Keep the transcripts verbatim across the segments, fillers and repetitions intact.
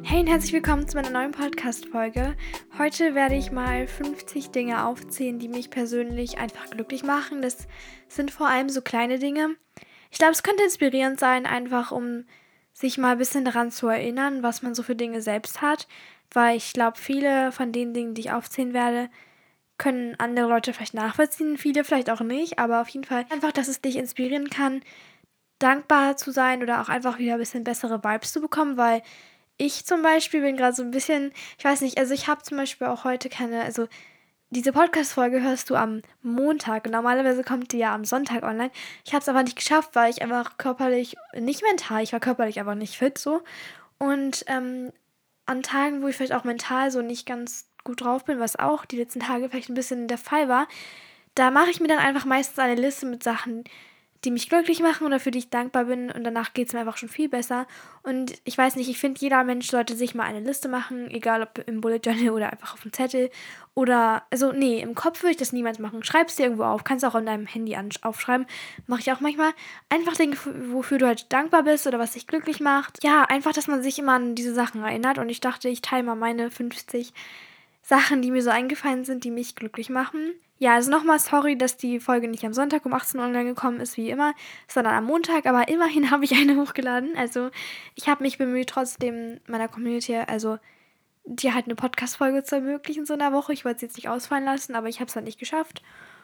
Hey und herzlich willkommen zu meiner neuen Podcast-Folge. Heute werde ich mal fünfzig Dinge aufzählen, die mich persönlich einfach glücklich machen. Das sind vor allem so kleine Dinge. Ich glaube, es könnte inspirierend sein, einfach um sich mal ein bisschen daran zu erinnern, was man so für Dinge selbst hat. Weil ich glaube, viele von den Dingen, die ich aufzählen werde, können andere Leute vielleicht nachvollziehen, viele vielleicht auch nicht. Aber auf jeden Fall einfach, dass es dich inspirieren kann, dankbar zu sein oder auch einfach wieder ein bisschen bessere Vibes zu bekommen, weil ich zum Beispiel bin gerade so ein bisschen, ich weiß nicht, also ich habe zum Beispiel auch heute keine, also diese Podcast-Folge hörst du am Montag und normalerweise kommt die ja am Sonntag online. Ich habe es aber nicht geschafft, weil ich einfach körperlich, nicht mental, ich war körperlich einfach nicht fit so. Und ähm, an Tagen, wo ich vielleicht auch mental so nicht ganz gut drauf bin, was auch die letzten Tage vielleicht ein bisschen der Fall war, da mache ich mir dann einfach meistens eine Liste mit Sachen, die mich glücklich machen oder für die ich dankbar bin und danach geht es mir einfach schon viel besser. Und ich weiß nicht, ich finde, jeder Mensch sollte sich mal eine Liste machen, egal ob im Bullet Journal oder einfach auf dem Zettel oder, also nee, im Kopf würde ich das niemals machen. Schreib es dir irgendwo auf, kannst auch an deinem Handy aufschreiben, mache ich auch manchmal. Einfach Dinge, wofür du halt dankbar bist oder was dich glücklich macht. Ja, einfach, dass man sich immer an diese Sachen erinnert und ich dachte, ich teile mal meine fünfzig Sachen, die mir so eingefallen sind, die mich glücklich machen. Ja, also nochmal sorry, dass die Folge nicht am Sonntag um achtzehn Uhr online gekommen ist, wie immer, sondern am Montag, aber immerhin habe ich eine hochgeladen. Also ich habe mich bemüht, trotzdem meiner Community, also dir halt eine Podcast-Folge zu ermöglichen so in der Woche. Ich wollte es jetzt nicht ausfallen lassen, aber ich habe es halt nicht geschafft.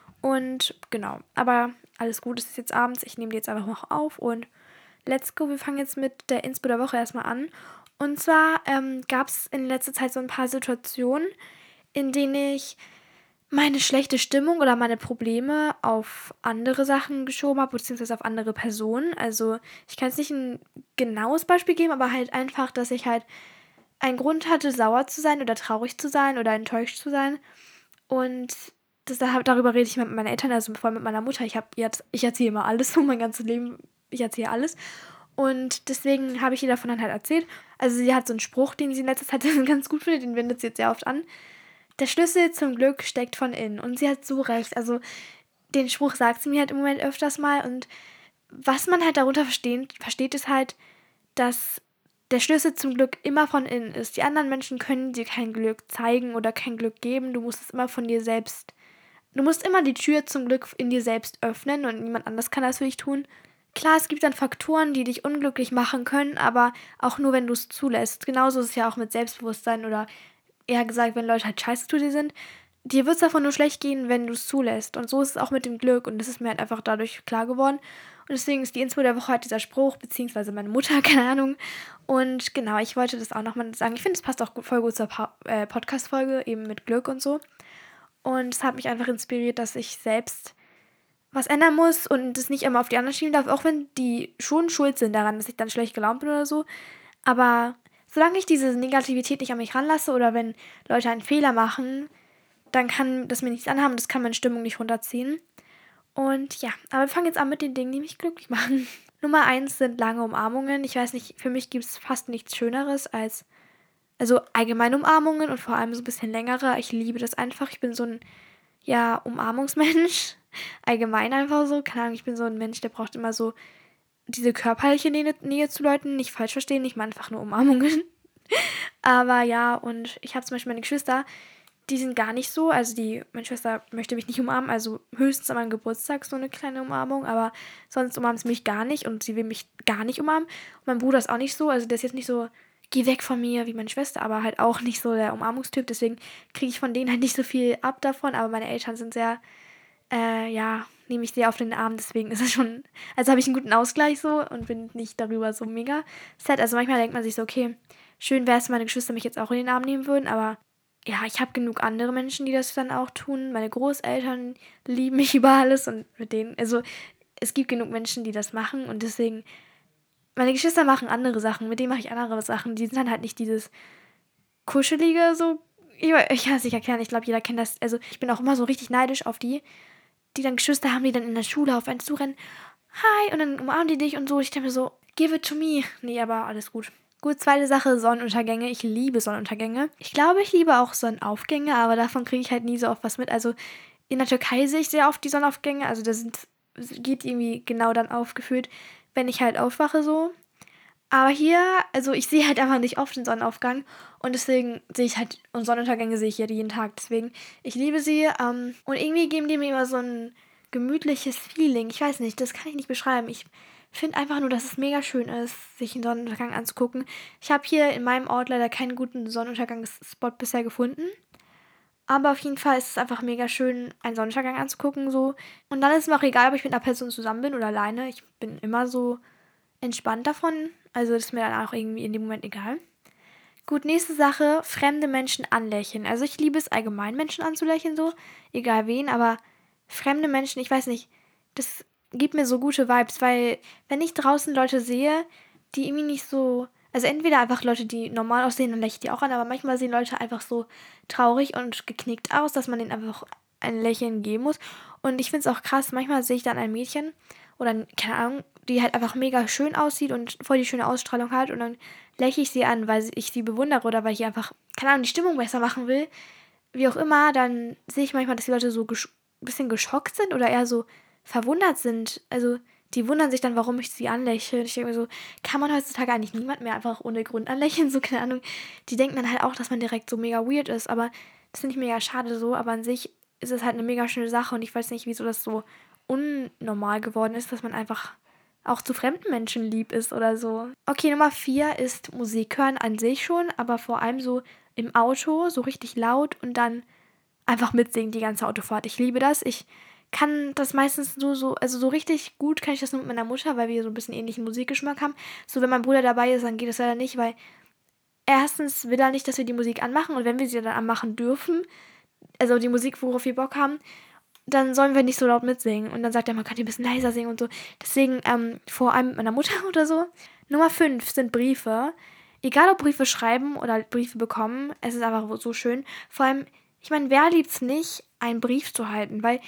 Und genau, aber alles gut, es ist jetzt abends, ich nehme die jetzt einfach noch auf und let's go. Wir fangen jetzt mit der Inspo der Woche erstmal an. Und zwar ähm, gab es in letzter Zeit so ein paar Situationen, in denen ich meine schlechte Stimmung oder meine Probleme auf andere Sachen geschoben habe, beziehungsweise auf andere Personen. Also ich kann jetzt nicht ein genaues Beispiel geben, aber halt einfach, dass ich halt einen Grund hatte, sauer zu sein oder traurig zu sein oder enttäuscht zu sein. Und das, darüber rede ich mit meinen Eltern, also vor allem mit meiner Mutter. Ich, hab, jetzt, ich erzähle immer alles, so mein ganzes Leben, ich erzähle alles. Und deswegen habe ich ihr davon dann halt erzählt. Also sie hat so einen Spruch, den sie in letzter Zeit ganz gut findet, den wendet sie jetzt sehr oft an. Der Schlüssel zum Glück steckt von innen. Und sie hat so recht. Also den Spruch sagt sie mir halt im Moment öfters mal. Und was man halt darunter versteht, versteht ist halt, dass der Schlüssel zum Glück immer von innen ist. Die anderen Menschen können dir kein Glück zeigen oder kein Glück geben. Du musst es immer von dir selbst. Du musst immer die Tür zum Glück in dir selbst öffnen und niemand anders kann das für dich tun. Klar, es gibt dann Faktoren, die dich unglücklich machen können, aber auch nur, wenn du es zulässt. Genauso ist es ja auch mit Selbstbewusstsein oder eher gesagt, wenn Leute halt scheiße zu dir sind. Dir wird es davon nur schlecht gehen, wenn du es zulässt. Und so ist es auch mit dem Glück. Und das ist mir halt einfach dadurch klar geworden. Und deswegen ist die Inspo der Woche halt dieser Spruch, beziehungsweise meine Mutter, keine Ahnung. Und genau, ich wollte das auch nochmal sagen. Ich finde, es passt auch gut, voll gut zur pa- äh, Podcast-Folge, eben mit Glück und so. Und es hat mich einfach inspiriert, dass ich selbst was ändern muss und es nicht immer auf die anderen schieben darf, auch wenn die schon schuld sind daran, dass ich dann schlecht gelaunt bin oder so. Aber solange ich diese Negativität nicht an mich ranlasse oder wenn Leute einen Fehler machen, dann kann das mir nichts anhaben, das kann meine Stimmung nicht runterziehen. Und ja, aber wir fangen jetzt an mit den Dingen, die mich glücklich machen. Nummer eins sind lange Umarmungen. Ich weiß nicht, für mich gibt es fast nichts Schöneres als, also allgemeine Umarmungen und vor allem so ein bisschen längere. Ich liebe das einfach. Ich bin so ein, ja, Umarmungsmensch. Allgemein einfach so. Keine Ahnung, ich bin so ein Mensch, der braucht immer so diese körperliche Nähe, Nähe zu Leuten. Nicht falsch verstehen, ich meine einfach nur Umarmungen. Aber ja, und ich habe zum Beispiel meine Geschwister, die sind gar nicht so. Also die, meine Schwester möchte mich nicht umarmen, also höchstens an meinem Geburtstag so eine kleine Umarmung, aber sonst umarmt sie mich gar nicht und sie will mich gar nicht umarmen. Und mein Bruder ist auch nicht so, also der ist jetzt nicht so, geh weg von mir wie meine Schwester, aber halt auch nicht so der Umarmungstyp, deswegen kriege ich von denen halt nicht so viel ab davon, aber meine Eltern sind sehr, äh, ja, nehme ich sehr auf den Arm, deswegen ist es schon, also habe ich einen guten Ausgleich so und bin nicht darüber so mega sad. Also manchmal denkt man sich so, okay, schön wäre es, wenn meine Geschwister mich jetzt auch in den Arm nehmen würden, aber ja, ich habe genug andere Menschen, die das dann auch tun. Meine Großeltern lieben mich über alles und mit denen, also es gibt genug Menschen, die das machen und deswegen, meine Geschwister machen andere Sachen, mit denen mache ich andere Sachen. Die sind dann halt nicht dieses kuschelige, so, ich, ich kann es nicht erklären, ich glaube, jeder kennt das. Also ich bin auch immer so richtig neidisch auf die, die dann Geschwister haben, die dann in der Schule auf einen zurennen. Hi, und dann umarmen die dich und so. Ich denke mir so, give it to me. Nee, aber alles gut. Gut, zweite Sache, Sonnenuntergänge. Ich liebe Sonnenuntergänge. Ich glaube, ich liebe auch Sonnenaufgänge, aber davon kriege ich halt nie so oft was mit. Also in der Türkei sehe ich sehr oft die Sonnenaufgänge. Also da sind, geht irgendwie genau dann aufgeführt, wenn ich halt aufwache so. Aber hier, also ich sehe halt einfach nicht oft den Sonnenaufgang und deswegen sehe ich halt, und Sonnenuntergänge sehe ich hier jeden Tag. Deswegen, ich liebe sie ähm, und irgendwie geben die mir immer so ein gemütliches Feeling. Ich weiß nicht, das kann ich nicht beschreiben. Ich finde einfach nur, dass es mega schön ist, sich einen Sonnenuntergang anzugucken. Ich habe hier in meinem Ort leider keinen guten Sonnenuntergangsspot bisher gefunden. Aber auf jeden Fall ist es einfach mega schön, einen Sonnenuntergang anzugucken, so. Und dann ist es mir auch egal, ob ich mit einer Person zusammen bin oder alleine. Ich bin immer so entspannt davon. Also das ist mir dann auch irgendwie in dem Moment egal. Gut, nächste Sache, fremde Menschen anlächeln. Also ich liebe es allgemein, Menschen anzulächeln, so. Egal wen, aber fremde Menschen, ich weiß nicht, das gibt mir so gute Vibes, weil wenn ich draußen Leute sehe, die irgendwie nicht so, also entweder einfach Leute, die normal aussehen, dann lächle ich die auch an, aber manchmal sehen Leute einfach so traurig und geknickt aus, dass man denen einfach ein Lächeln geben muss. Und ich finde es auch krass, manchmal sehe ich dann ein Mädchen oder, keine Ahnung, die halt einfach mega schön aussieht und voll die schöne Ausstrahlung hat und dann lächle ich sie an, weil ich sie bewundere oder weil ich einfach, keine Ahnung, die Stimmung besser machen will. Wie auch immer, dann sehe ich manchmal, dass die Leute so gesch- ein bisschen geschockt sind oder eher so verwundert sind. Also die wundern sich dann, warum ich sie anlächle. Und ich denke mir so, kann man heutzutage eigentlich niemand mehr einfach ohne Grund anlächeln? So, keine Ahnung. Die denken dann halt auch, dass man direkt so mega weird ist. Aber das finde ich mega schade so. Aber an sich ist es halt eine mega schöne Sache. Und ich weiß nicht, wieso das so unnormal geworden ist, dass man einfach auch zu fremden Menschen lieb ist oder so. Okay, Nummer vier ist Musik hören an sich schon, aber vor allem so im Auto, so richtig laut und dann einfach mitsingen die ganze Autofahrt. Ich liebe das. Ich kann das meistens nur so, also so richtig gut kann ich das nur mit meiner Mutter, weil wir so ein bisschen ähnlichen Musikgeschmack haben. So, wenn mein Bruder dabei ist, dann geht das leider nicht, weil erstens will er nicht, dass wir die Musik anmachen und wenn wir sie dann anmachen dürfen, also die Musik, worauf wir Bock haben, dann sollen wir nicht so laut mitsingen. Und dann sagt er, man kann die ein bisschen leiser singen und so. Deswegen, ähm, vor allem mit meiner Mutter oder so. Nummer fünf sind Briefe. Egal ob Briefe schreiben oder Briefe bekommen, es ist einfach so schön. Vor allem, ich meine, wer liebt's nicht, einen Brief zu halten? Weil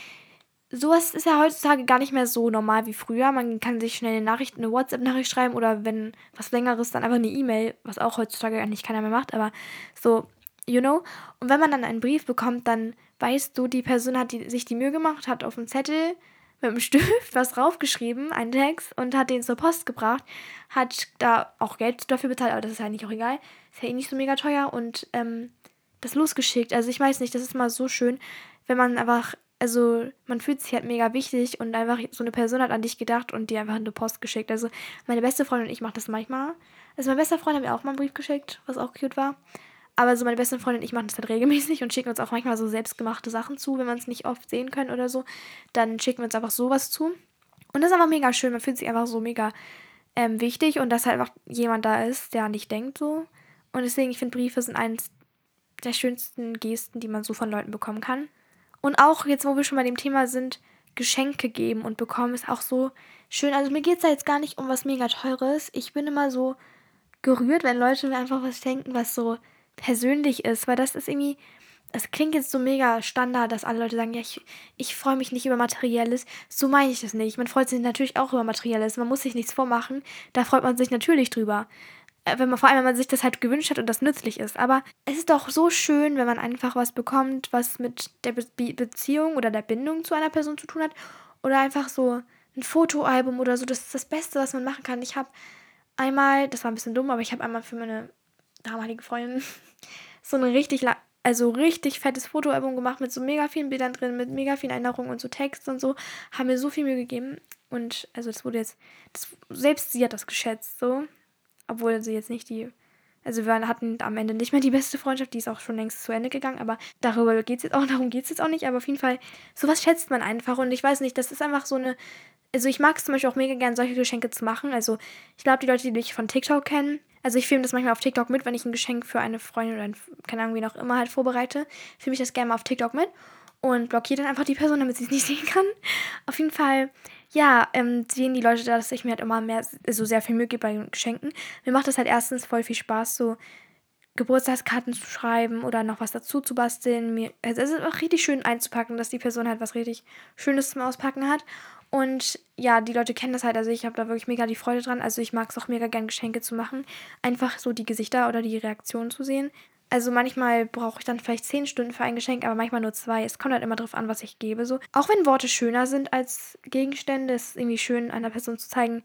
sowas ist ja heutzutage gar nicht mehr so normal wie früher. Man kann sich schnell eine Nachricht, eine WhatsApp-Nachricht schreiben oder wenn was Längeres, dann einfach eine E-Mail, was auch heutzutage eigentlich keiner mehr macht, aber so, you know. Und wenn man dann einen Brief bekommt, dann weißt du, die Person hat die, sich die Mühe gemacht, hat auf dem Zettel mit dem Stift was draufgeschrieben, einen Text, und hat den zur Post gebracht, hat da auch Geld dafür bezahlt, aber das ist ja eigentlich auch egal, ist ja eh nicht so mega teuer und ähm, das losgeschickt. Also ich weiß nicht, das ist mal so schön, wenn man einfach, also man fühlt sich halt mega wichtig und einfach so eine Person hat an dich gedacht und dir einfach eine Post geschickt. Also meine beste Freundin und ich machen das manchmal. Also mein bester Freund hat mir auch mal einen Brief geschickt, was auch cute war. Aber so meine beste Freundin und ich machen das halt regelmäßig und schicken uns auch manchmal so selbstgemachte Sachen zu, wenn wir es nicht oft sehen können oder so. Dann schicken wir uns einfach sowas zu. Und das ist einfach mega schön. Man fühlt sich einfach so mega ähm, wichtig und dass halt einfach jemand da ist, der an dich denkt so. Und deswegen, ich finde, Briefe sind eins der schönsten Gesten, die man so von Leuten bekommen kann. Und auch jetzt, wo wir schon bei dem Thema sind, Geschenke geben und bekommen ist auch so schön. Also mir geht es da jetzt gar nicht um was mega Teures. Ich bin immer so gerührt, wenn Leute mir einfach was schenken, was so persönlich ist. Weil das ist irgendwie, das klingt jetzt so mega Standard, dass alle Leute sagen, ja, ich, ich freue mich nicht über Materielles. So meine ich das nicht. Man freut sich natürlich auch über Materielles. Man muss sich nichts vormachen. Da freut man sich natürlich drüber. Äh, Wenn man, vor allem, wenn man sich das halt gewünscht hat und das nützlich ist. Aber es ist doch so schön, wenn man einfach was bekommt, was mit der Be Be Beziehung oder der Bindung zu einer Person zu tun hat. Oder einfach so ein Fotoalbum oder so. Das ist das Beste, was man machen kann. Ich habe einmal, das war ein bisschen dumm, aber ich habe einmal für meine damalige Freundin so ein richtig, la- also richtig fettes Fotoalbum gemacht mit so mega vielen Bildern drin, mit mega vielen Erinnerungen und so Text und so. Haben mir so viel Mühe gegeben. Und also das wurde jetzt, das, selbst sie hat das geschätzt, so. Obwohl sie jetzt nicht die, also wir hatten am Ende nicht mehr die beste Freundschaft, die ist auch schon längst zu Ende gegangen, aber darüber geht's jetzt auch, darum geht es jetzt auch nicht, aber auf jeden Fall, sowas schätzt man einfach und ich weiß nicht, das ist einfach so eine, also ich mag es zum Beispiel auch mega gern, solche Geschenke zu machen, also ich glaube, die Leute, die mich von TikTok kennen, also ich filme das manchmal auf TikTok mit, wenn ich ein Geschenk für eine Freundin oder ein, keine Ahnung, wie auch immer halt vorbereite, filme ich das gerne mal auf TikTok mit und blockiere dann einfach die Person, damit sie es nicht sehen kann. Auf jeden Fall, ja, ähm, sehen die Leute, dass ich mir halt immer mehr, so sehr viel Mühe gebe bei Geschenken. Mir macht das halt erstens voll viel Spaß, so Geburtstagskarten zu schreiben oder noch was dazu zu basteln. Mir, also es ist auch richtig schön einzupacken, dass die Person halt was richtig Schönes zum Auspacken hat. Und ja, die Leute kennen das halt, also ich habe da wirklich mega die Freude dran. Also ich mag es auch mega gern, Geschenke zu machen. Einfach so die Gesichter oder die Reaktionen zu sehen. Also manchmal brauche ich dann vielleicht zehn Stunden für ein Geschenk, aber manchmal nur zwei. Es kommt halt immer drauf an, was ich gebe. So. Auch wenn Worte schöner sind als Gegenstände, ist es irgendwie schön, einer Person zu zeigen,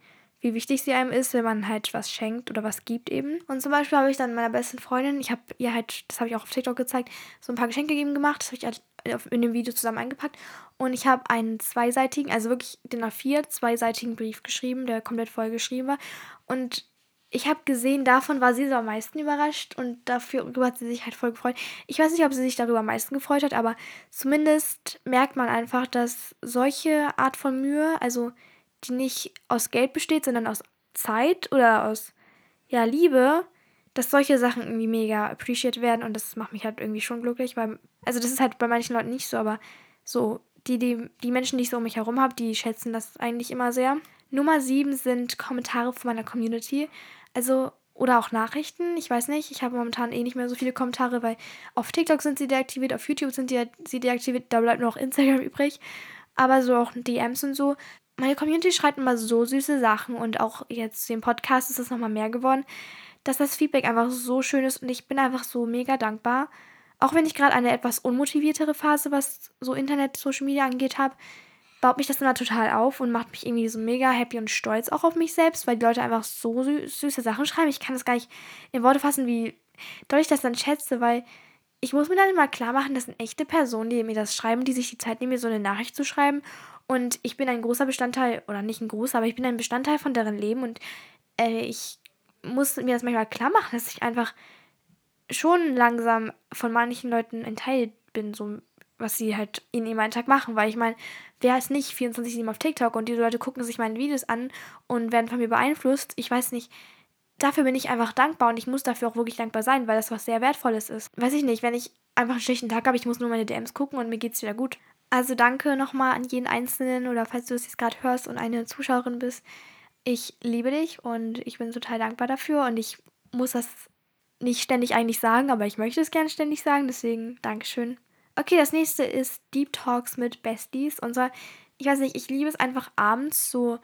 wie wichtig sie einem ist, wenn man halt was schenkt oder was gibt eben. Und zum Beispiel habe ich dann meiner besten Freundin, ich habe ihr halt, das habe ich auch auf TikTok gezeigt, so ein paar Geschenke gegeben gemacht. Das habe ich halt in dem Video zusammen eingepackt. Und ich habe einen zweiseitigen, also wirklich den A vier, zweiseitigen Brief geschrieben, der komplett voll geschrieben war. Und ich habe gesehen, davon war sie so am meisten überrascht und dafür hat sie sich halt voll gefreut. Ich weiß nicht, ob sie sich darüber am meisten gefreut hat, aber zumindest merkt man einfach, dass solche Art von Mühe, also die nicht aus Geld besteht, sondern aus Zeit oder aus, ja, Liebe, dass solche Sachen irgendwie mega appreciated werden und das macht mich halt irgendwie schon glücklich, weil, also das ist halt bei manchen Leuten nicht so, aber so, die, die, die Menschen, die ich so um mich herum habe, die schätzen das eigentlich immer sehr. Nummer sieben sind Kommentare von meiner Community. Also, oder auch Nachrichten. Ich weiß nicht, ich habe momentan eh nicht mehr so viele Kommentare, weil auf TikTok sind sie deaktiviert, auf YouTube sind die, sie deaktiviert, da bleibt nur noch Instagram übrig. Aber so auch D Ms und so. Meine Community schreibt immer so süße Sachen und auch jetzt im Podcast ist es nochmal mehr geworden, dass das Feedback einfach so schön ist und ich bin einfach so mega dankbar. Auch wenn ich gerade eine etwas unmotiviertere Phase, was so Internet, Social Media angeht, habe, baut mich das immer total auf und macht mich irgendwie so mega happy und stolz auch auf mich selbst, weil die Leute einfach so sü- süße Sachen schreiben. Ich kann das gar nicht in Worte fassen, wie doll ich das dann schätze, weil ich muss mir dann immer klar machen, das sind echte Personen, die mir das schreiben, die sich die Zeit nehmen, mir so eine Nachricht zu schreiben. Und ich bin ein großer Bestandteil, oder nicht ein großer, aber ich bin ein Bestandteil von deren Leben und äh, ich muss mir das manchmal klar machen, dass ich einfach schon langsam von manchen Leuten entteilt bin, so was sie halt in ihrem Alltag machen, weil ich meine, wer ist nicht vierundzwanzig sieben auf TikTok und diese Leute gucken sich meine Videos an und werden von mir beeinflusst, ich weiß nicht, dafür bin ich einfach dankbar und ich muss dafür auch wirklich dankbar sein, weil das was sehr Wertvolles ist. Weiß ich nicht, wenn ich einfach einen schlechten Tag habe, ich muss nur meine D Ms gucken und mir geht's wieder gut. Also danke nochmal an jeden Einzelnen oder falls du es jetzt gerade hörst und eine Zuschauerin bist, ich liebe dich und ich bin total dankbar dafür und ich muss das nicht ständig eigentlich sagen, aber ich möchte es gerne ständig sagen, deswegen Dankeschön. Okay, das nächste ist Deep Talks mit Besties. Und zwar, ich weiß nicht, ich liebe es einfach abends so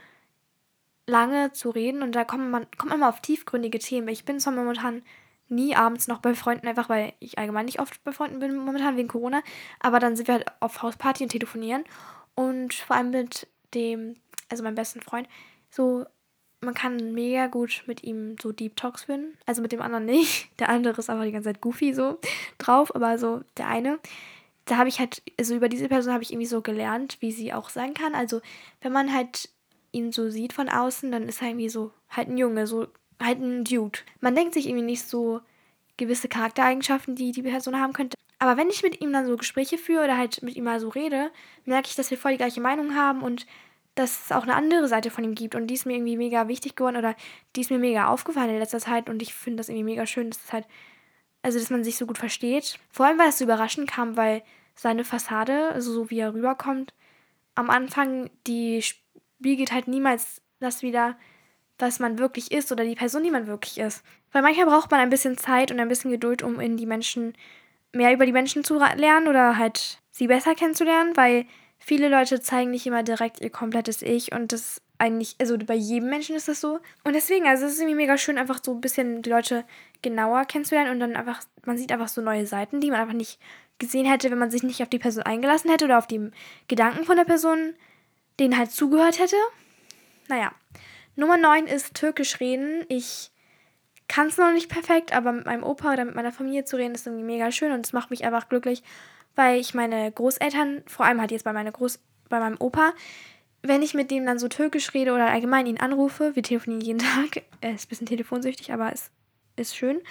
lange zu reden und da kommt man, kommt man mal auf tiefgründige Themen. Ich bin zwar momentan nie abends noch bei Freunden, einfach weil ich allgemein nicht oft bei Freunden bin, momentan wegen Corona, aber dann sind wir halt auf Hausparty und telefonieren und vor allem mit dem, also meinem besten Freund, so, man kann mega gut mit ihm so Deep Talks führen, also mit dem anderen nicht, der andere ist einfach die ganze Zeit goofy so drauf, aber so der eine, da habe ich halt, also über diese Person habe ich irgendwie so gelernt, wie sie auch sein kann, also wenn man halt ihn so sieht von außen, dann ist er irgendwie so halt ein Junge, so halt ein Dude. Man denkt sich irgendwie nicht so gewisse Charaktereigenschaften, die die Person haben könnte. Aber wenn ich mit ihm dann so Gespräche führe oder halt mit ihm mal so rede, merke ich, dass wir voll die gleiche Meinung haben und dass es auch eine andere Seite von ihm gibt. Und die ist mir irgendwie mega wichtig geworden oder die ist mir mega aufgefallen in letzter Zeit. Und ich finde das irgendwie mega schön, dass es halt, also dass man sich so gut versteht. Vor allem, weil es so überraschend kam, weil seine Fassade, also so wie er rüberkommt, am Anfang, die spiegelt halt niemals das wieder, was man wirklich ist oder die Person, die man wirklich ist. Weil manchmal braucht man ein bisschen Zeit und ein bisschen Geduld, um in die Menschen, mehr über die Menschen zu lernen oder halt sie besser kennenzulernen, weil viele Leute zeigen nicht immer direkt ihr komplettes Ich und das eigentlich, also bei jedem Menschen ist das so. Und deswegen, also es ist irgendwie mega schön, einfach so ein bisschen die Leute genauer kennenzulernen und dann einfach, man sieht einfach so neue Seiten, die man einfach nicht gesehen hätte, wenn man sich nicht auf die Person eingelassen hätte oder auf die Gedanken von der Person, denen halt zugehört hätte. Naja. Nummer neun ist Türkisch reden. Ich kann es noch nicht perfekt, aber mit meinem Opa oder mit meiner Familie zu reden ist irgendwie mega schön und es macht mich einfach glücklich, weil ich meine Großeltern, vor allem halt jetzt bei, meiner Groß, bei meinem Opa, wenn ich mit dem dann so Türkisch rede oder allgemein ihn anrufe, wir telefonieren jeden Tag, er ist ein bisschen telefonsüchtig, aber es ist schön.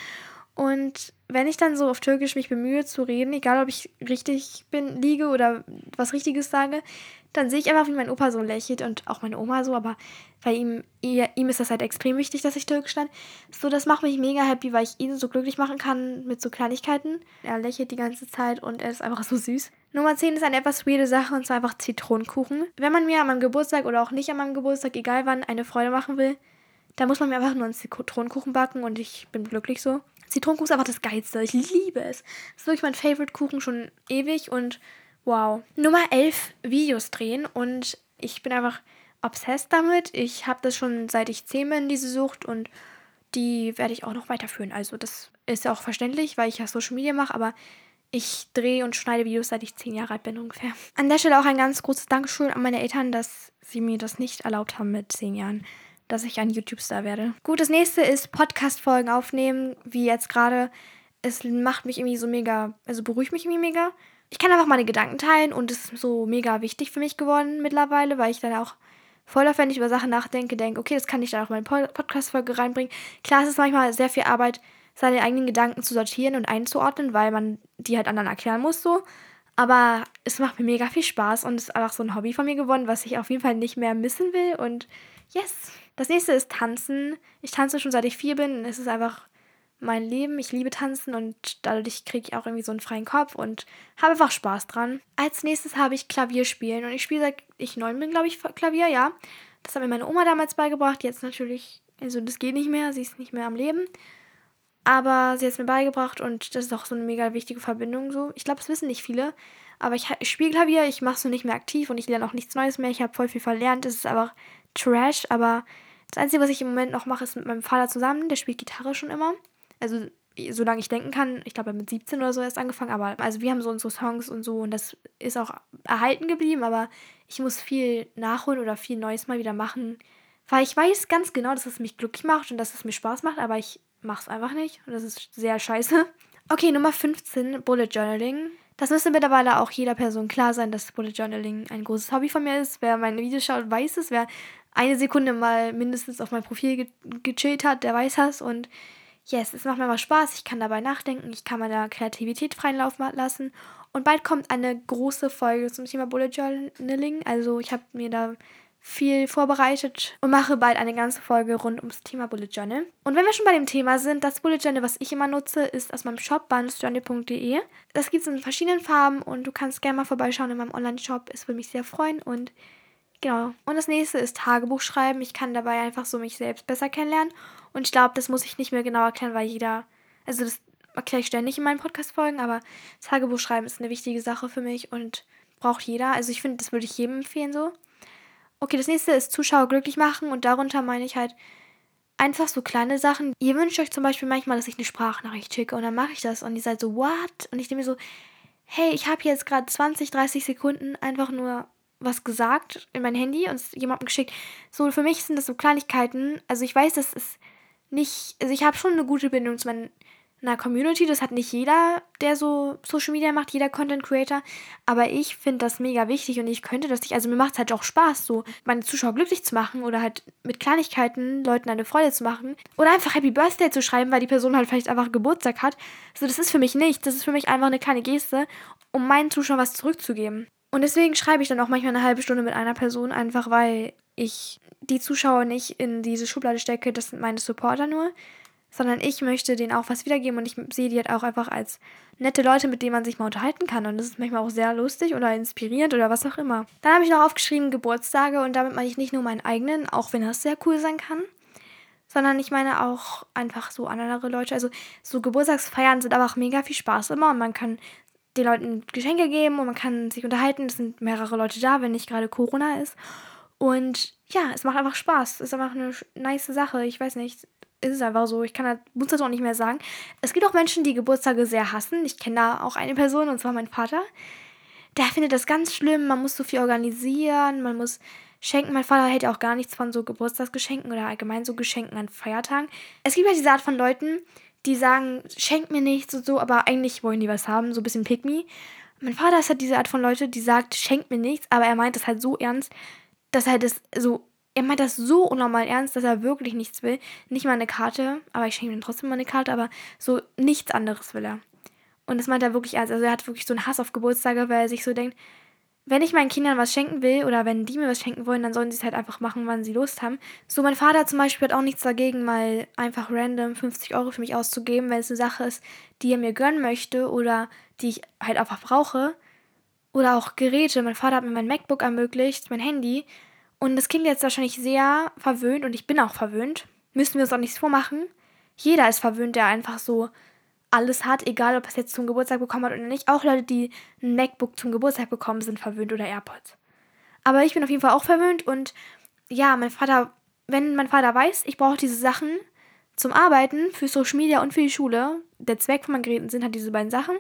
Und wenn ich dann so auf Türkisch mich bemühe zu reden, egal ob ich richtig bin, liege oder was Richtiges sage, dann sehe ich einfach, wie mein Opa so lächelt und auch meine Oma so, aber bei ihm, ihr, ihm ist das halt extrem wichtig, dass ich Türkisch lerne. So, das macht mich mega happy, weil ich ihn so glücklich machen kann mit so Kleinigkeiten. Er lächelt die ganze Zeit und er ist einfach so süß. Nummer zehn ist eine etwas weirde Sache und zwar einfach Zitronenkuchen. Wenn man mir an meinem Geburtstag oder auch nicht an meinem Geburtstag, egal wann, eine Freude machen will, dann muss man mir einfach nur einen Zitronenkuchen backen und ich bin glücklich so. Zitronenkuchen ist einfach das Geilste. Ich liebe es. Das ist wirklich mein Favorite-Kuchen schon ewig und wow. Nummer elf, Videos drehen und ich bin einfach obsessed damit. Ich habe das schon seit ich zehn bin, diese Sucht und die werde ich auch noch weiterführen. Also das ist ja auch verständlich, weil ich ja Social Media mache, aber ich drehe und schneide Videos, seit ich zehn Jahre alt bin ungefähr. An der Stelle auch ein ganz großes Dankeschön an meine Eltern, dass sie mir das nicht erlaubt haben mit zehn Jahren. dass ich ein YouTube-Star werde. Gut, das nächste ist Podcast-Folgen aufnehmen, wie jetzt gerade. Es macht mich irgendwie so mega, also beruhigt mich irgendwie mega. Ich kann einfach meine Gedanken teilen und es ist so mega wichtig für mich geworden mittlerweile, weil ich dann auch voll oft, wenn ich über Sachen nachdenke, denke, okay, das kann ich dann auch in meine Podcast-Folge reinbringen. Klar, es ist manchmal sehr viel Arbeit, seine eigenen Gedanken zu sortieren und einzuordnen, weil man die halt anderen erklären muss so. Aber es macht mir mega viel Spaß und ist einfach so ein Hobby von mir geworden, was ich auf jeden Fall nicht mehr missen will. Und yes. Das nächste ist Tanzen. Ich tanze schon seit ich vier bin. Es ist einfach mein Leben. Ich liebe Tanzen und dadurch kriege ich auch irgendwie so einen freien Kopf und habe einfach Spaß dran. Als nächstes habe ich Klavierspielen und ich spiele seit ich neun bin, glaube ich, Klavier, ja. Das hat mir meine Oma damals beigebracht. Jetzt natürlich, also das geht nicht mehr, sie ist nicht mehr am Leben. Aber sie hat es mir beigebracht und das ist auch so eine mega wichtige Verbindung so. Ich glaube, das wissen nicht viele. Aber ich, ich spiele Klavier, ich mache es so nicht mehr aktiv und ich lerne auch nichts Neues mehr. Ich habe voll viel verlernt. Es ist einfach Trash, aber das Einzige, was ich im Moment noch mache, ist mit meinem Vater zusammen. Der spielt Gitarre schon immer. Also, solange ich denken kann. Ich glaube, er hat mit siebzehn oder so erst angefangen. Aber also wir haben so unsere Songs und so und das ist auch erhalten geblieben. Aber ich muss viel nachholen oder viel Neues mal wieder machen. Weil ich weiß ganz genau, dass es mich glücklich macht und dass es mir Spaß macht. Aber ich mache es einfach nicht. Und das ist sehr scheiße. Okay, Nummer fünfzehn, Bullet Journaling. Das müsste mittlerweile auch jeder Person klar sein, dass Bullet Journaling ein großes Hobby von mir ist. Wer meine Videos schaut, weiß es. Wer eine Sekunde mal mindestens auf mein Profil ge- gechillt hat, der weiß das. Und yes, es macht mir mal Spaß. Ich kann dabei nachdenken. Ich kann meiner Kreativität freien Lauf lassen. Und bald kommt eine große Folge zum Thema Bullet Journaling. Also ich habe mir da viel vorbereitet und mache bald eine ganze Folge rund ums Thema Bullet Journal. Und wenn wir schon bei dem Thema sind, das Bullet Journal, was ich immer nutze, ist aus meinem Shop bahnhofsjournal punkt de. Das gibt es in verschiedenen Farben und du kannst gerne mal vorbeischauen in meinem Online-Shop. Es würde mich sehr freuen und genau. Und das nächste ist Tagebuch schreiben. Ich kann dabei einfach so mich selbst besser kennenlernen und ich glaube, das muss ich nicht mehr genau erklären, weil jeder, also das erkläre ich ständig in meinen Podcast-Folgen, aber Tagebuch schreiben ist eine wichtige Sache für mich und braucht jeder. Also ich finde, das würde ich jedem empfehlen so. Okay, das nächste ist Zuschauer glücklich machen und darunter meine ich halt einfach so kleine Sachen. Ihr wünscht euch zum Beispiel manchmal, dass ich eine Sprachnachricht schicke und dann mache ich das und ihr seid so, what? Und ich denke mir so, hey, ich habe jetzt gerade zwanzig, dreißig Sekunden einfach nur was gesagt in mein Handy und es jemandem geschickt. So, für mich sind das so Kleinigkeiten. Also ich weiß, das ist nicht, also ich habe schon eine gute Bindung zu meiner Community. Das hat nicht jeder, der so Social Media macht, jeder Content Creator. Aber ich finde das mega wichtig und ich könnte das nicht, also mir macht es halt auch Spaß, so meine Zuschauer glücklich zu machen oder halt mit Kleinigkeiten Leuten eine Freude zu machen. Oder einfach Happy Birthday zu schreiben, weil die Person halt vielleicht einfach Geburtstag hat. So, das ist für mich nichts. Das ist für mich einfach eine kleine Geste, um meinen Zuschauern was zurückzugeben. Und deswegen schreibe ich dann auch manchmal eine halbe Stunde mit einer Person, einfach weil ich die Zuschauer nicht in diese Schublade stecke, das sind meine Supporter nur, sondern ich möchte denen auch was wiedergeben und ich sehe die halt auch einfach als nette Leute, mit denen man sich mal unterhalten kann und das ist manchmal auch sehr lustig oder inspirierend oder was auch immer. Dann habe ich noch aufgeschrieben Geburtstage und damit meine ich nicht nur meinen eigenen, auch wenn das sehr cool sein kann, sondern ich meine auch einfach so andere Leute, also so Geburtstagsfeiern sind aber auch mega viel Spaß immer und man kann den Leuten Geschenke geben und man kann sich unterhalten. Es sind mehrere Leute da, wenn nicht gerade Corona ist. Und ja, es macht einfach Spaß. Es ist einfach eine nice Sache. Ich weiß nicht, ist es einfach so. Ich kann das, muss das auch nicht mehr sagen. Es gibt auch Menschen, die Geburtstage sehr hassen. Ich kenne da auch eine Person, und zwar mein Vater. Der findet das ganz schlimm. Man muss so viel organisieren, man muss schenken. Mein Vater hält ja auch gar nichts von so Geburtstagsgeschenken oder allgemein so Geschenken an Feiertagen. Es gibt ja diese Art von Leuten, die sagen, schenkt mir nichts und so, aber eigentlich wollen die was haben, so ein bisschen pick me. Mein Vater ist halt diese Art von Leute, die sagt, schenkt mir nichts, aber er meint das halt so ernst, dass er das so, er meint das so unnormal ernst, dass er wirklich nichts will. Nicht mal eine Karte, aber ich schenke ihm trotzdem mal eine Karte, aber so nichts anderes will er. Und das meint er wirklich ernst. Also er hat wirklich so einen Hass auf Geburtstage, weil er sich so denkt, wenn ich meinen Kindern was schenken will oder wenn die mir was schenken wollen, dann sollen sie es halt einfach machen, wann sie Lust haben. So, mein Vater zum Beispiel hat auch nichts dagegen, mal einfach random fünfzig Euro für mich auszugeben, wenn es eine Sache ist, die er mir gönnen möchte oder die ich halt einfach brauche. Oder auch Geräte. Mein Vater hat mir mein MacBook ermöglicht, mein Handy. Und das klingt jetzt wahrscheinlich sehr verwöhnt und ich bin auch verwöhnt. Müssen wir uns auch nichts vormachen. Jeder ist verwöhnt, der einfach so alles hat, egal ob er es jetzt zum Geburtstag bekommen hat oder nicht. Auch Leute, die ein MacBook zum Geburtstag bekommen, sind verwöhnt oder AirPods. Aber ich bin auf jeden Fall auch verwöhnt und ja, mein Vater, wenn mein Vater weiß, ich brauche diese Sachen zum Arbeiten, für Social Media und für die Schule, der Zweck von meinen Geräten sind halt diese beiden Sachen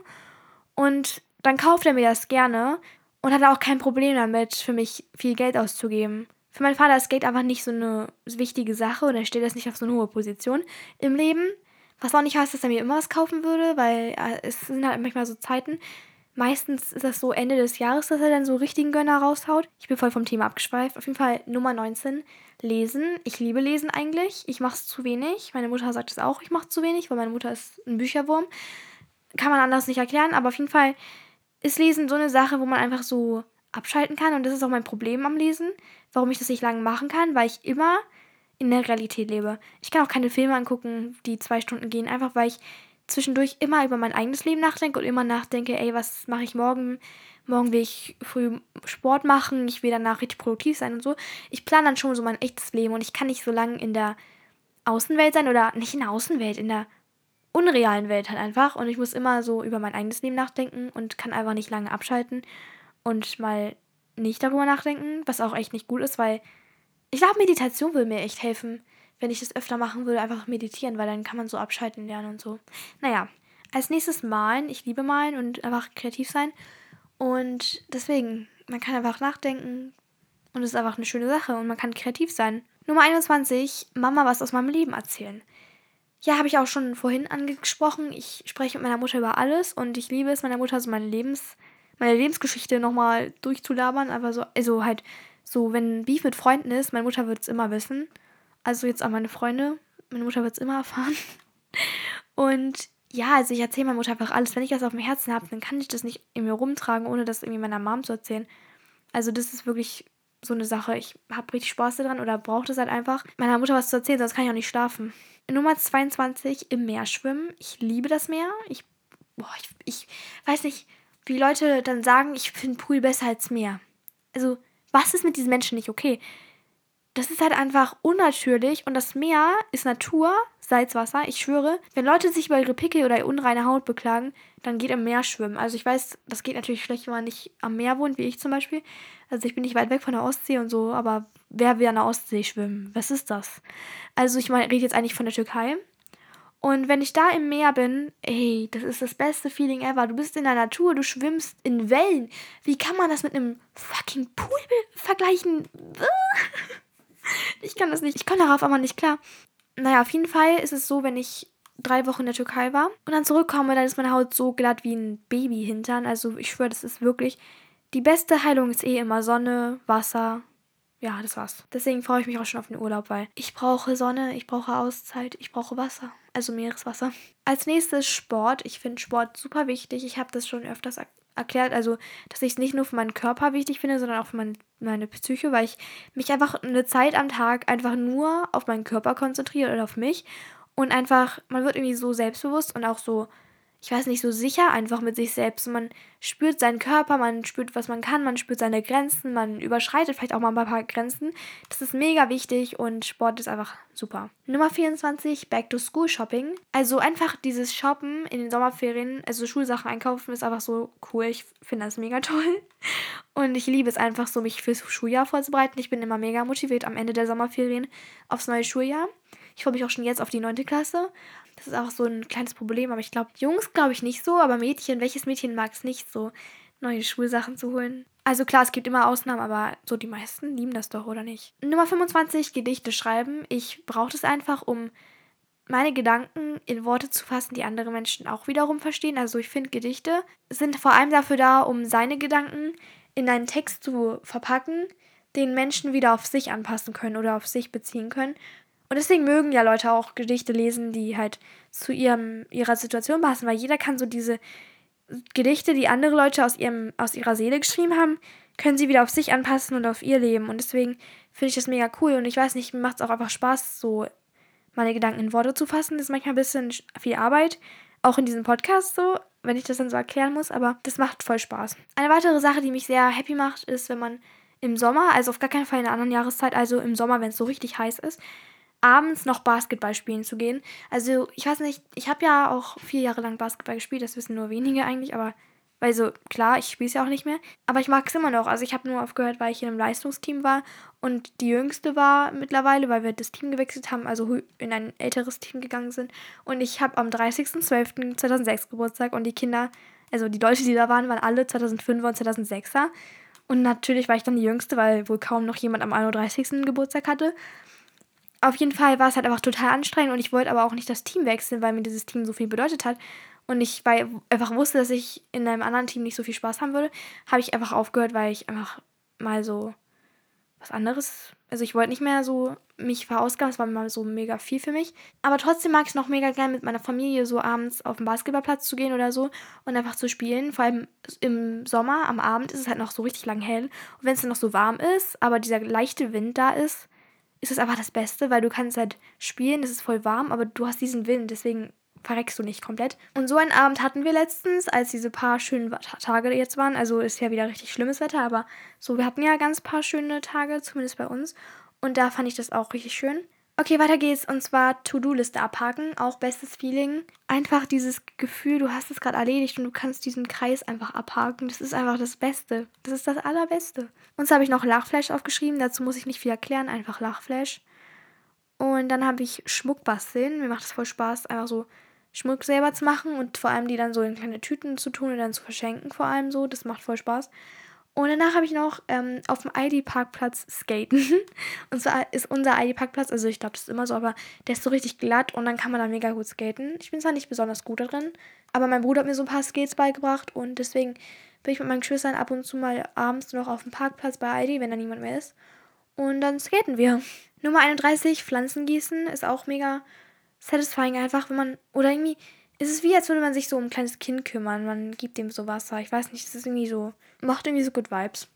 und dann kauft er mir das gerne und hat auch kein Problem damit, für mich viel Geld auszugeben. Für meinen Vater ist Geld einfach nicht so eine wichtige Sache oder er stellt das nicht auf so eine hohe Position im Leben. Was auch nicht heißt, dass er mir immer was kaufen würde, weil äh, es sind halt manchmal so Zeiten. Meistens ist das so Ende des Jahres, dass er dann so richtigen Gönner raushaut. Ich bin voll vom Thema abgeschweift. Auf jeden Fall Nummer neunzehn, Lesen. Ich liebe Lesen eigentlich. Ich mache es zu wenig. Meine Mutter sagt es auch, ich mache zu wenig, weil meine Mutter ist ein Bücherwurm. Kann man anders nicht erklären, aber auf jeden Fall ist Lesen so eine Sache, wo man einfach so abschalten kann. Und das ist auch mein Problem am Lesen, warum ich das nicht lange machen kann, weil ich immer in der Realität lebe. Ich kann auch keine Filme angucken, die zwei Stunden gehen, einfach weil ich zwischendurch immer über mein eigenes Leben nachdenke und immer nachdenke, ey, was mache ich morgen? Morgen will ich früh Sport machen, ich will danach richtig produktiv sein und so. Ich plane dann schon so mein echtes Leben und ich kann nicht so lange in der Außenwelt sein oder nicht in der Außenwelt, in der unrealen Welt halt einfach. Und ich muss immer so über mein eigenes Leben nachdenken und kann einfach nicht lange abschalten und mal nicht darüber nachdenken, was auch echt nicht gut ist, weil ich glaube, Meditation würde mir echt helfen, wenn ich das öfter machen würde, einfach meditieren, weil dann kann man so abschalten lernen und so. Naja, als nächstes malen. Ich liebe malen und einfach kreativ sein. Und deswegen, man kann einfach nachdenken und es ist einfach eine schöne Sache und man kann kreativ sein. Nummer einundzwanzig, Mama was aus meinem Leben erzählen. Ja, habe ich auch schon vorhin angesprochen. Ich spreche mit meiner Mutter über alles und ich liebe es, meiner Mutter so meine Lebens, meine Lebensgeschichte nochmal durchzulabern. Aber so, also halt so, wenn Beef mit Freunden ist, meine Mutter wird es immer wissen. Also jetzt auch meine Freunde. Meine Mutter wird es immer erfahren. Und ja, also ich erzähle meiner Mutter einfach alles. Wenn ich das auf dem Herzen habe, dann kann ich das nicht in mir rumtragen, ohne das irgendwie meiner Mom zu erzählen. Also das ist wirklich so eine Sache. Ich habe richtig Spaß daran oder brauche das halt einfach, meiner Mutter was zu erzählen, sonst kann ich auch nicht schlafen. Nummer zweiundzwanzig, im Meer schwimmen. Ich liebe das Meer. Ich, boah, ich, ich weiß nicht, wie Leute dann sagen, ich finde Pool besser als Meer. Also, was ist mit diesen Menschen nicht okay? Das ist halt einfach unnatürlich und das Meer ist Natur, Salzwasser. Ich schwöre, wenn Leute sich über ihre Pickel oder unreine Haut beklagen, dann geht im Meer schwimmen. Also ich weiß, das geht natürlich schlecht, wenn man nicht am Meer wohnt, wie ich zum Beispiel. Also ich bin nicht weit weg von der Ostsee und so, aber wer will an der Ostsee schwimmen? Was ist das? Also ich meine, rede jetzt eigentlich von der Türkei. Und wenn ich da im Meer bin, ey, das ist das beste Feeling ever. Du bist in der Natur, du schwimmst in Wellen. Wie kann man das mit einem fucking Pool vergleichen? Ich kann das nicht. Ich komme darauf aber nicht klar. Naja, auf jeden Fall ist es so, wenn ich drei Wochen in der Türkei war und dann zurückkomme, dann ist meine Haut so glatt wie ein Babyhintern. Also ich schwöre, das ist wirklich... Die beste Heilung ist eh immer Sonne, Wasser. Ja, das war's. Deswegen freue ich mich auch schon auf den Urlaub, weil ich brauche Sonne, ich brauche Auszeit, ich brauche Wasser. Also Meereswasser. Als nächstes Sport. Ich finde Sport super wichtig. Ich habe das schon öfters er- erklärt. Also, dass ich es nicht nur für meinen Körper wichtig finde, sondern auch für mein, meine Psyche, weil ich mich einfach eine Zeit am Tag einfach nur auf meinen Körper konzentriere oder auf mich. Und einfach, man wird irgendwie so selbstbewusst und auch so, ich weiß nicht, so sicher einfach mit sich selbst. Und man spürt seinen Körper, man spürt, was man kann, man spürt seine Grenzen, man überschreitet vielleicht auch mal ein paar Grenzen. Das ist mega wichtig und Sport ist einfach super. Nummer vierundzwanzig, Back-to-School-Shopping. Also einfach dieses Shoppen in den Sommerferien, also Schulsachen einkaufen, ist einfach so cool. Ich finde das mega toll. Und ich liebe es einfach so, mich fürs Schuljahr vorzubereiten. Ich bin immer mega motiviert am Ende der Sommerferien aufs neue Schuljahr. Ich freue mich auch schon jetzt auf die neunte Klasse. Das ist auch so ein kleines Problem, aber ich glaube, Jungs glaube ich nicht so, aber Mädchen, welches Mädchen mag es nicht so, neue Schulsachen zu holen? Also klar, es gibt immer Ausnahmen, aber so die meisten lieben das doch, oder nicht? Nummer fünfundzwanzig, Gedichte schreiben. Ich brauche das einfach, um meine Gedanken in Worte zu fassen, die andere Menschen auch wiederum verstehen. Also ich finde, Gedichte sind vor allem dafür da, um seine Gedanken in einen Text zu verpacken, den Menschen wieder auf sich anpassen können oder auf sich beziehen können. Und deswegen mögen ja Leute auch Gedichte lesen, die halt zu ihrem, ihrer Situation passen, weil jeder kann so diese Gedichte, die andere Leute aus ihrem, aus ihrer Seele geschrieben haben, können sie wieder auf sich anpassen und auf ihr Leben. Und deswegen finde ich das mega cool. Und ich weiß nicht, mir macht es auch einfach Spaß, so meine Gedanken in Worte zu fassen. Das ist manchmal ein bisschen viel Arbeit, auch in diesem Podcast so, wenn ich das dann so erklären muss, aber das macht voll Spaß. Eine weitere Sache, die mich sehr happy macht, ist, wenn man im Sommer, also auf gar keinen Fall in einer anderen Jahreszeit, also im Sommer, wenn es so richtig heiß ist, abends noch Basketball spielen zu gehen. Also, ich weiß nicht, ich habe ja auch vier Jahre lang Basketball gespielt, das wissen nur wenige eigentlich, aber, weil so, klar, ich spiele es ja auch nicht mehr, aber ich mag es immer noch. Also, ich habe nur aufgehört, weil ich in einem Leistungsteam war und die Jüngste war mittlerweile, weil wir das Team gewechselt haben, also in ein älteres Team gegangen sind. Und ich habe am dreißigsten zwölften zweitausendsechs Geburtstag und die Kinder, also die Leute, die da waren, waren alle zweitausendfünfer und zweitausendsechser. Und natürlich war ich dann die Jüngste, weil wohl kaum noch jemand am einunddreißigsten Geburtstag hatte. Auf jeden Fall war es halt einfach total anstrengend und ich wollte aber auch nicht das Team wechseln, weil mir dieses Team so viel bedeutet hat. Und ich weil einfach wusste, dass ich in einem anderen Team nicht so viel Spaß haben würde, habe ich einfach aufgehört, weil ich einfach mal so was anderes, also ich wollte nicht mehr so mich verausgaben, es war mal so mega viel für mich. Aber trotzdem mag ich es noch mega gern, mit meiner Familie so abends auf den Basketballplatz zu gehen oder so und einfach zu spielen. Vor allem im Sommer, am Abend ist es halt noch so richtig lang hell. Und wenn es dann noch so warm ist, aber dieser leichte Wind da ist, ist es einfach das Beste, weil du kannst halt spielen, es ist voll warm, aber du hast diesen Wind, deswegen verreckst du nicht komplett. Und so einen Abend hatten wir letztens, als diese paar schönen Tage jetzt waren. Also ist ja wieder richtig schlimmes Wetter, aber so, wir hatten ja ganz paar schöne Tage, zumindest bei uns. Und da fand ich das auch richtig schön. Okay, weiter geht's. Und zwar To-Do-Liste abhaken. Auch bestes Feeling. Einfach dieses Gefühl, du hast es gerade erledigt und du kannst diesen Kreis einfach abhaken. Das ist einfach das Beste. Das ist das Allerbeste. Und so habe ich noch Lachflash aufgeschrieben. Dazu muss ich nicht viel erklären. Einfach Lachflash. Und dann habe ich Schmuck basteln. Mir macht es voll Spaß, einfach so Schmuck selber zu machen und vor allem die dann so in kleine Tüten zu tun und dann zu verschenken vor allem so. Das macht voll Spaß. Und danach habe ich noch ähm, auf dem I D-Parkplatz skaten. Und zwar ist unser I D-Parkplatz, also ich glaube, das ist immer so, aber der ist so richtig glatt und dann kann man da mega gut skaten. Ich bin zwar nicht besonders gut darin, aber mein Bruder hat mir so ein paar Skates beigebracht und deswegen bin ich mit meinen Geschwistern ab und zu mal abends noch auf dem Parkplatz bei I D, wenn da niemand mehr ist. Und dann skaten wir. Nummer einunddreißig, Pflanzen gießen, ist auch mega satisfying einfach, wenn man, oder irgendwie, ist es wie, als würde man sich so um ein kleines Kind kümmern. Man gibt dem so Wasser. Ich weiß nicht, es ist irgendwie so, macht irgendwie so good Vibes.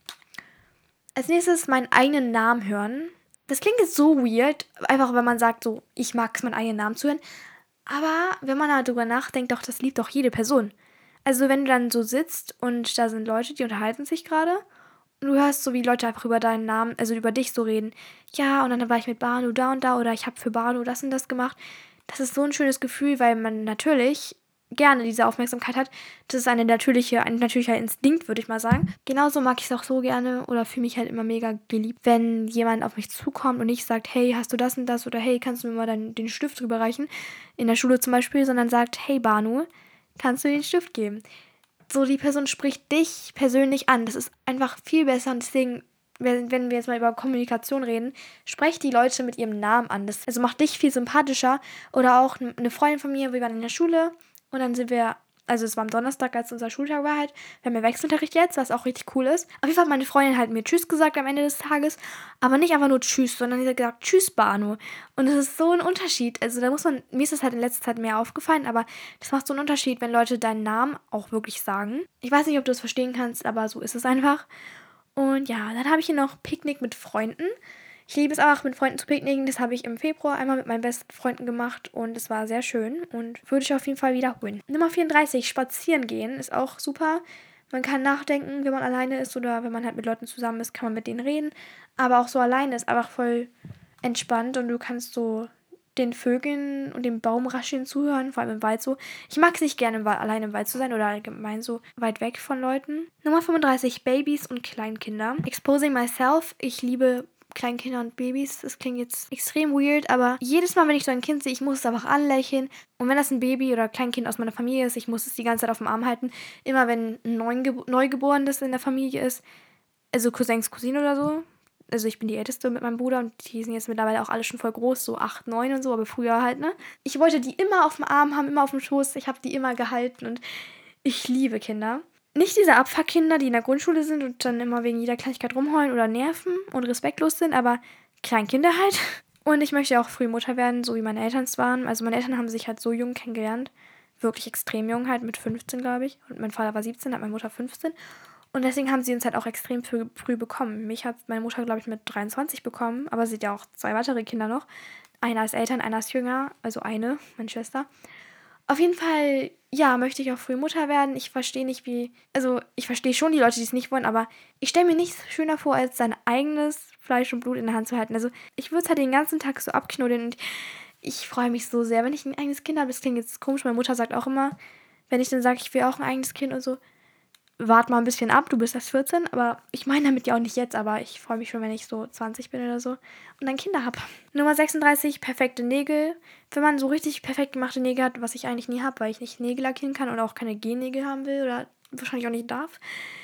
Als nächstes meinen eigenen Namen hören. Das klingt jetzt so weird, einfach wenn man sagt so, ich mag es, meinen eigenen Namen zu hören. Aber wenn man darüber nachdenkt, doch, das liebt doch jede Person. Also wenn du dann so sitzt und da sind Leute, die unterhalten sich gerade und du hörst so, wie Leute einfach über deinen Namen, also über dich so reden. Ja, und dann war ich mit Banu da und da oder ich habe für Banu das und das gemacht. Das ist so ein schönes Gefühl, weil man natürlich gerne diese Aufmerksamkeit hat. Das ist eine natürliche, ein natürlicher Instinkt, würde ich mal sagen. Genauso mag ich es auch so gerne oder fühle mich halt immer mega geliebt, wenn jemand auf mich zukommt und nicht sagt, hey, hast du das und das oder hey, kannst du mir mal deinen, den Stift rüberreichen, in der Schule zum Beispiel, sondern sagt, hey Banu, kannst du mir den Stift geben? So, die Person spricht dich persönlich an. Das ist einfach viel besser und deswegen, wenn, wenn wir jetzt mal über Kommunikation reden, sprecht die Leute mit ihrem Namen an. Das also macht dich viel sympathischer. Oder auch eine Freundin von mir, wir waren in der Schule und dann sind wir, also es war am Donnerstag, als unser Schultag war halt, wir haben ja Wechselunterricht jetzt, was auch richtig cool ist. Auf jeden Fall hat meine Freundin halt mir Tschüss gesagt am Ende des Tages, aber nicht einfach nur Tschüss, sondern sie hat gesagt, Tschüss Banu. Und das ist so ein Unterschied. Also da muss man, mir ist das halt in letzter Zeit mehr aufgefallen, aber das macht so einen Unterschied, wenn Leute deinen Namen auch wirklich sagen. Ich weiß nicht, ob du das verstehen kannst, aber so ist es einfach. Und ja, dann habe ich hier noch Picknick mit Freunden. Ich liebe es auch, mit Freunden zu picknicken. Das habe ich im Februar einmal mit meinen besten Freunden gemacht und es war sehr schön und würde ich auf jeden Fall wiederholen. Nummer vierunddreißig, spazieren gehen, ist auch super. Man kann nachdenken, wenn man alleine ist oder wenn man halt mit Leuten zusammen ist, kann man mit denen reden. Aber auch so alleine ist einfach voll entspannt und du kannst so den Vögeln und dem Baumrascheln zuhören, vor allem im Wald so. Ich mag es nicht gerne, im Wald, alleine im Wald zu sein oder allgemein so weit weg von Leuten. Nummer fünfunddreißig, Babys und Kleinkinder. Exposing myself. Ich liebe Kleinkinder und Babys. Das klingt jetzt extrem weird, aber jedes Mal, wenn ich so ein Kind sehe, ich muss es einfach anlächeln. Und wenn das ein Baby oder Kleinkind aus meiner Familie ist, ich muss es die ganze Zeit auf dem Arm halten. Immer wenn ein Neugeb- Neugeborenes in der Familie ist, also Cousins, Cousine oder so. Also ich bin die Älteste mit meinem Bruder und die sind jetzt mittlerweile auch alle schon voll groß, so acht, neun und so, aber früher halt, ne? Ich wollte die immer auf dem Arm haben, immer auf dem Schoß. Ich habe die immer gehalten und ich liebe Kinder. Nicht diese Abfuckkinder, die in der Grundschule sind und dann immer wegen jeder Kleinigkeit rumheulen oder nerven und respektlos sind, aber Kleinkinder halt. Und ich möchte auch früh Mutter werden, so wie meine Eltern es waren. Also meine Eltern haben sich halt so jung kennengelernt. Wirklich extrem jung halt, mit fünfzehn, glaube ich. Und mein Vater war siebzehn, hat meine Mutter fünfzehn. Und deswegen haben sie uns halt auch extrem früh, früh bekommen. Mich hat meine Mutter, glaube ich, mit dreiundzwanzig bekommen, aber sie hat ja auch zwei weitere Kinder noch. Einer ist älter, einer ist jünger, also eine, meine Schwester. Auf jeden Fall, ja, möchte ich auch früh Mutter werden. Ich verstehe nicht, wie, also ich verstehe schon die Leute, die es nicht wollen, aber ich stelle mir nichts schöner vor, als sein eigenes Fleisch und Blut in der Hand zu halten. Also ich würde es halt den ganzen Tag so abknuddeln und ich freue mich so sehr, wenn ich ein eigenes Kind habe. Das klingt jetzt komisch, meine Mutter sagt auch immer, wenn ich dann sage, ich will auch ein eigenes Kind und so, wart mal ein bisschen ab, du bist erst vierzehn, aber ich meine damit ja auch nicht jetzt, aber ich freue mich schon, wenn ich so zwanzig bin oder so und dann Kinder habe. Nummer sechsunddreißig, perfekte Nägel. Wenn man so richtig perfekt gemachte Nägel hat, was ich eigentlich nie habe, weil ich nicht Nägel lackieren kann und auch keine Gel-Nägel haben will oder wahrscheinlich auch nicht darf,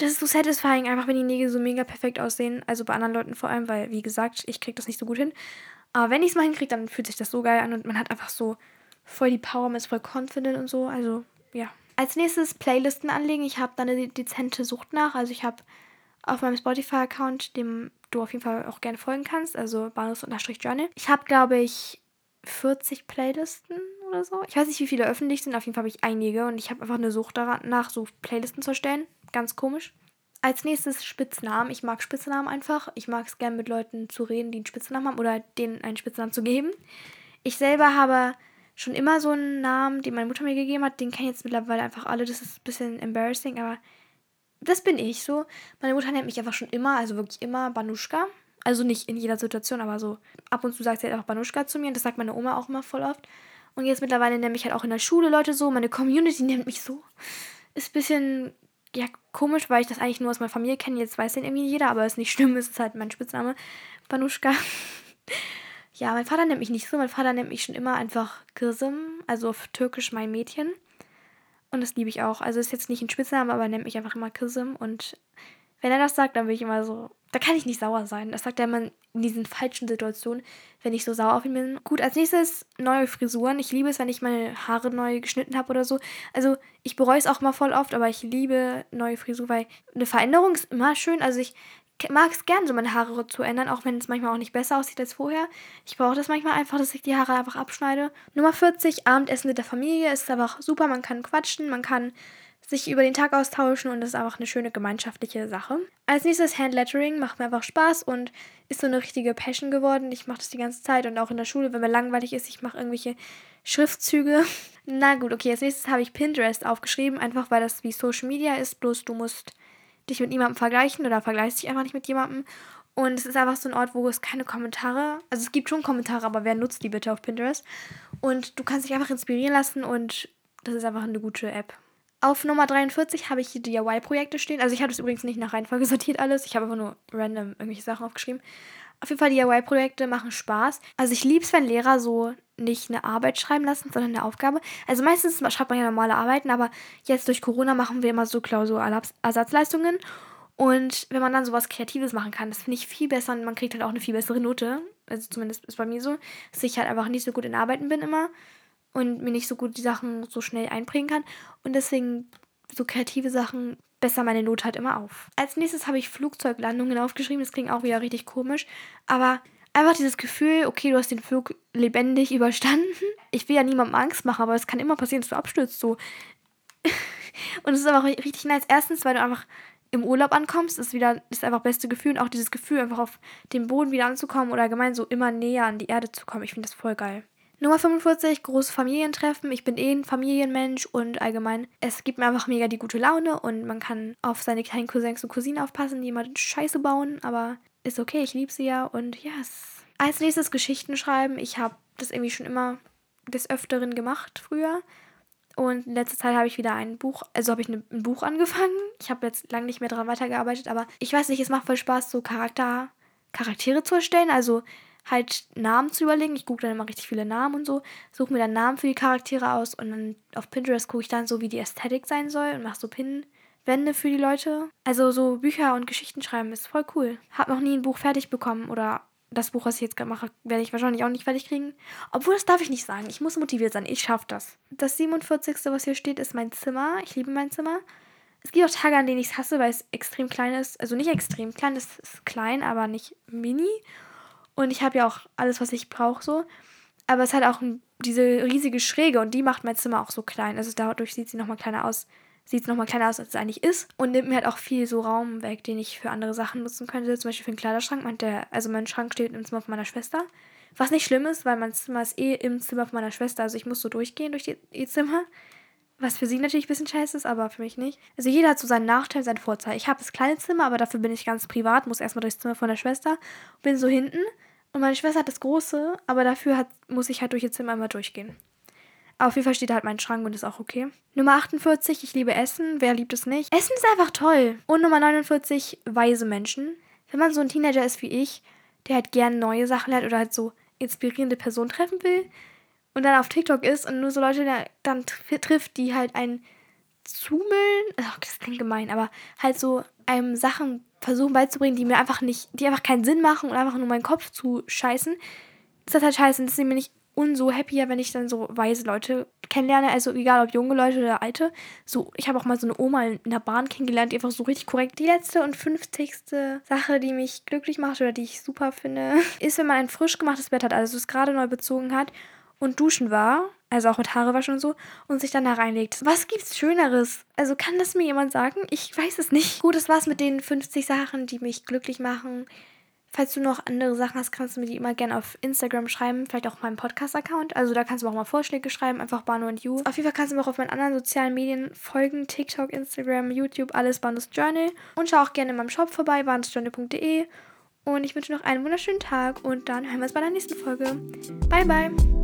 Das ist so satisfying, einfach wenn die Nägel so mega perfekt aussehen. Also bei anderen Leuten vor allem, weil, wie gesagt, ich kriege das nicht so gut hin. Aber wenn ich es mal hinkriege, dann fühlt sich das so geil an und man hat einfach so voll die Power, man ist voll confident und so. Also, ja. Als nächstes Playlisten anlegen. Ich habe da eine dezente Sucht nach. Also ich habe auf meinem Spotify-Account, dem du auf jeden Fall auch gerne folgen kannst, also Bahnhofs-Journal. Ich habe, glaube ich, vierzig Playlisten oder so. Ich weiß nicht, wie viele öffentlich sind. Auf jeden Fall habe ich einige und ich habe einfach eine Sucht danach, so Playlisten zu erstellen. Ganz komisch. Als nächstes Spitznamen. Ich mag Spitznamen einfach. Ich mag es gerne mit Leuten zu reden, die einen Spitznamen haben oder denen einen Spitznamen zu geben. Ich selber habe schon immer so einen Namen, den meine Mutter mir gegeben hat. Den kennen jetzt mittlerweile einfach alle. Das ist ein bisschen embarrassing, aber das bin ich so. Meine Mutter nennt mich einfach schon immer, also wirklich immer Banuschka. Also nicht in jeder Situation, aber so ab und zu sagt sie halt auch Banuschka zu mir. Und das sagt meine Oma auch immer voll oft. Und jetzt mittlerweile nennen mich halt auch in der Schule Leute so. Meine Community nennt mich so. Ist ein bisschen, ja, komisch, weil ich das eigentlich nur aus meiner Familie kenne. Jetzt weiß den irgendwie jeder, aber ist nicht schlimm. Es ist halt mein Spitzname. Banuschka. Ja, mein Vater nennt mich nicht so. Mein Vater nennt mich schon immer einfach Kızım. Also auf Türkisch mein Mädchen. Und das liebe ich auch. Also ist jetzt nicht ein Spitzname, aber er nennt mich einfach immer Kızım. Und wenn er das sagt, dann bin ich immer so, da kann ich nicht sauer sein. Das sagt er immer in diesen falschen Situationen, wenn ich so sauer auf ihn bin. Gut, als nächstes neue Frisuren. Ich liebe es, wenn ich meine Haare neu geschnitten habe oder so. Also ich bereue es auch mal voll oft, aber ich liebe neue Frisur, weil eine Veränderung ist immer schön. Also ich mag es gern, so meine Haare zu ändern, auch wenn es manchmal auch nicht besser aussieht als vorher. Ich brauche das manchmal einfach, dass ich die Haare einfach abschneide. Nummer vierzig, Abendessen mit der Familie. Ist einfach super, man kann quatschen, man kann sich über den Tag austauschen und das ist einfach eine schöne gemeinschaftliche Sache. Als nächstes Handlettering, macht mir einfach Spaß und ist so eine richtige Passion geworden. Ich mache das die ganze Zeit und auch in der Schule, wenn mir langweilig ist, ich mache irgendwelche Schriftzüge. Na gut, okay, als nächstes habe ich Pinterest aufgeschrieben, einfach weil das wie Social Media ist, bloß du musst dich mit niemandem vergleichen oder vergleichst dich einfach nicht mit jemandem. Und es ist einfach so ein Ort, wo es keine Kommentare, also es gibt schon Kommentare, aber wer nutzt die bitte auf Pinterest? Und du kannst dich einfach inspirieren lassen und das ist einfach eine gute App. Auf Nummer dreiundvierzig habe ich hier D I Y-Projekte stehen. Also ich habe das übrigens nicht nach Reihenfolge sortiert alles. Ich habe einfach nur random irgendwelche Sachen aufgeschrieben. Auf jeden Fall D I Y-Projekte machen Spaß. Also ich liebe es, wenn Lehrer so nicht eine Arbeit schreiben lassen, sondern eine Aufgabe. Also meistens schreibt man ja normale Arbeiten, aber jetzt durch Corona machen wir immer so Klausurersatzleistungen. Und wenn man dann sowas Kreatives machen kann, das finde ich viel besser und man kriegt halt auch eine viel bessere Note. Also zumindest ist bei mir so, dass ich halt einfach nicht so gut in Arbeiten bin immer und mir nicht so gut die Sachen so schnell einbringen kann. Und deswegen so kreative Sachen besser meine Note halt immer auf. Als nächstes habe ich Flugzeuglandungen aufgeschrieben. Das klingt auch wieder richtig komisch. Aber einfach dieses Gefühl, okay, du hast den Flug lebendig überstanden. Ich will ja niemandem Angst machen, aber es kann immer passieren, dass du abstürzt. So. Und es ist einfach richtig nice. Erstens, weil du einfach im Urlaub ankommst, ist wieder ist einfach das beste Gefühl. Und auch dieses Gefühl, einfach auf den Boden wieder anzukommen oder allgemein so immer näher an die Erde zu kommen. Ich finde das voll geil. Nummer fünfundvierzig, große Familientreffen. Ich bin eh ein Familienmensch und allgemein, es gibt mir einfach mega die gute Laune und man kann auf seine kleinen Cousins und Cousinen aufpassen, die immer Scheiße bauen, aber ist okay, ich liebe sie ja und yes. Als nächstes Geschichten schreiben. Ich habe das irgendwie schon immer des Öfteren gemacht früher und in letzter Zeit habe ich wieder ein Buch, also habe ich eine, ein Buch angefangen. Ich habe jetzt lange nicht mehr daran weitergearbeitet, aber ich weiß nicht, es macht voll Spaß, so Charakter, Charaktere zu erstellen, also halt Namen zu überlegen. Ich gucke dann immer richtig viele Namen und so, suche mir dann Namen für die Charaktere aus und dann auf Pinterest gucke ich dann so, wie die Ästhetik sein soll und mache so Pinwände für die Leute. Also so Bücher und Geschichten schreiben ist voll cool. Hab noch nie ein Buch fertig bekommen oder das Buch, was ich jetzt gerade mache, werde ich wahrscheinlich auch nicht fertig kriegen. Obwohl, das darf ich nicht sagen. Ich muss motiviert sein. Ich schaffe das. Das siebenundvierzigste, was hier steht, ist mein Zimmer. Ich liebe mein Zimmer. Es gibt auch Tage, an denen ich es hasse, weil es extrem klein ist. Also nicht extrem klein, es ist klein, aber nicht mini. Und ich habe ja auch alles, was ich brauche, so. Aber es hat auch diese riesige Schräge und die macht mein Zimmer auch so klein. Also dadurch sieht sie nochmal kleiner aus. Sieht es nochmal kleiner aus, als es eigentlich ist. Und nimmt mir halt auch viel so Raum weg, den ich für andere Sachen nutzen könnte. Zum Beispiel für den Kleiderschrank. Meint der, also mein Schrank steht im Zimmer von meiner Schwester. Was nicht schlimm ist, weil mein Zimmer ist eh im Zimmer von meiner Schwester. Also ich muss so durchgehen durch die, ihr Zimmer. Was für sie natürlich ein bisschen scheiße ist, aber für mich nicht. Also jeder hat so seinen Nachteil, seinen Vorteil. Ich habe das kleine Zimmer, aber dafür bin ich ganz privat. Muss erstmal durchs Zimmer von der Schwester. Bin so hinten. Und meine Schwester hat das große, aber dafür hat, muss ich halt durch ihr Zimmer immer durchgehen. Aber auf jeden Fall steht da halt mein Schrank und ist auch okay. Nummer achtundvierzig, ich liebe Essen. Wer liebt es nicht? Essen ist einfach toll. Und Nummer neunundvierzig, weise Menschen. Wenn man so ein Teenager ist wie ich, der halt gern neue Sachen lernt oder halt so inspirierende Personen treffen will und dann auf TikTok ist und nur so Leute dann trifft, die halt einen zumüllen, ach, das klingt gemein, aber halt so einem Sachen versuchen beizubringen, die mir einfach nicht, die einfach keinen Sinn machen und einfach nur meinen Kopf zu scheißen. Das ist halt scheiße und deswegen bin ich unso happier, wenn ich dann so weise Leute kennenlerne, also egal ob junge Leute oder alte. So, ich habe auch mal so eine Oma in der Bahn kennengelernt, die einfach so richtig korrekt. Die letzte und fünfzigste Sache, die mich glücklich macht oder die ich super finde, ist, wenn man ein frisch gemachtes Bett hat, also es gerade neu bezogen hat und duschen war, also auch mit Haare waschen und so, und sich dann da reinlegt. Was gibt's Schöneres? Also kann das mir jemand sagen? Ich weiß es nicht. Gut, das war's mit den fünfzig Sachen, die mich glücklich machen. Falls du noch andere Sachen hast, kannst du mir die immer gerne auf Instagram schreiben, vielleicht auch auf meinem Podcast-Account. Also da kannst du auch mal Vorschläge schreiben, einfach Banu und You. Auf jeden Fall kannst du mir auch auf meinen anderen sozialen Medien folgen, TikTok, Instagram, YouTube, alles Banus Journal. Und schau auch gerne in meinem Shop vorbei, banusjournal punkt de. Und ich wünsche noch einen wunderschönen Tag und dann hören wir uns bei der nächsten Folge. Bye, bye!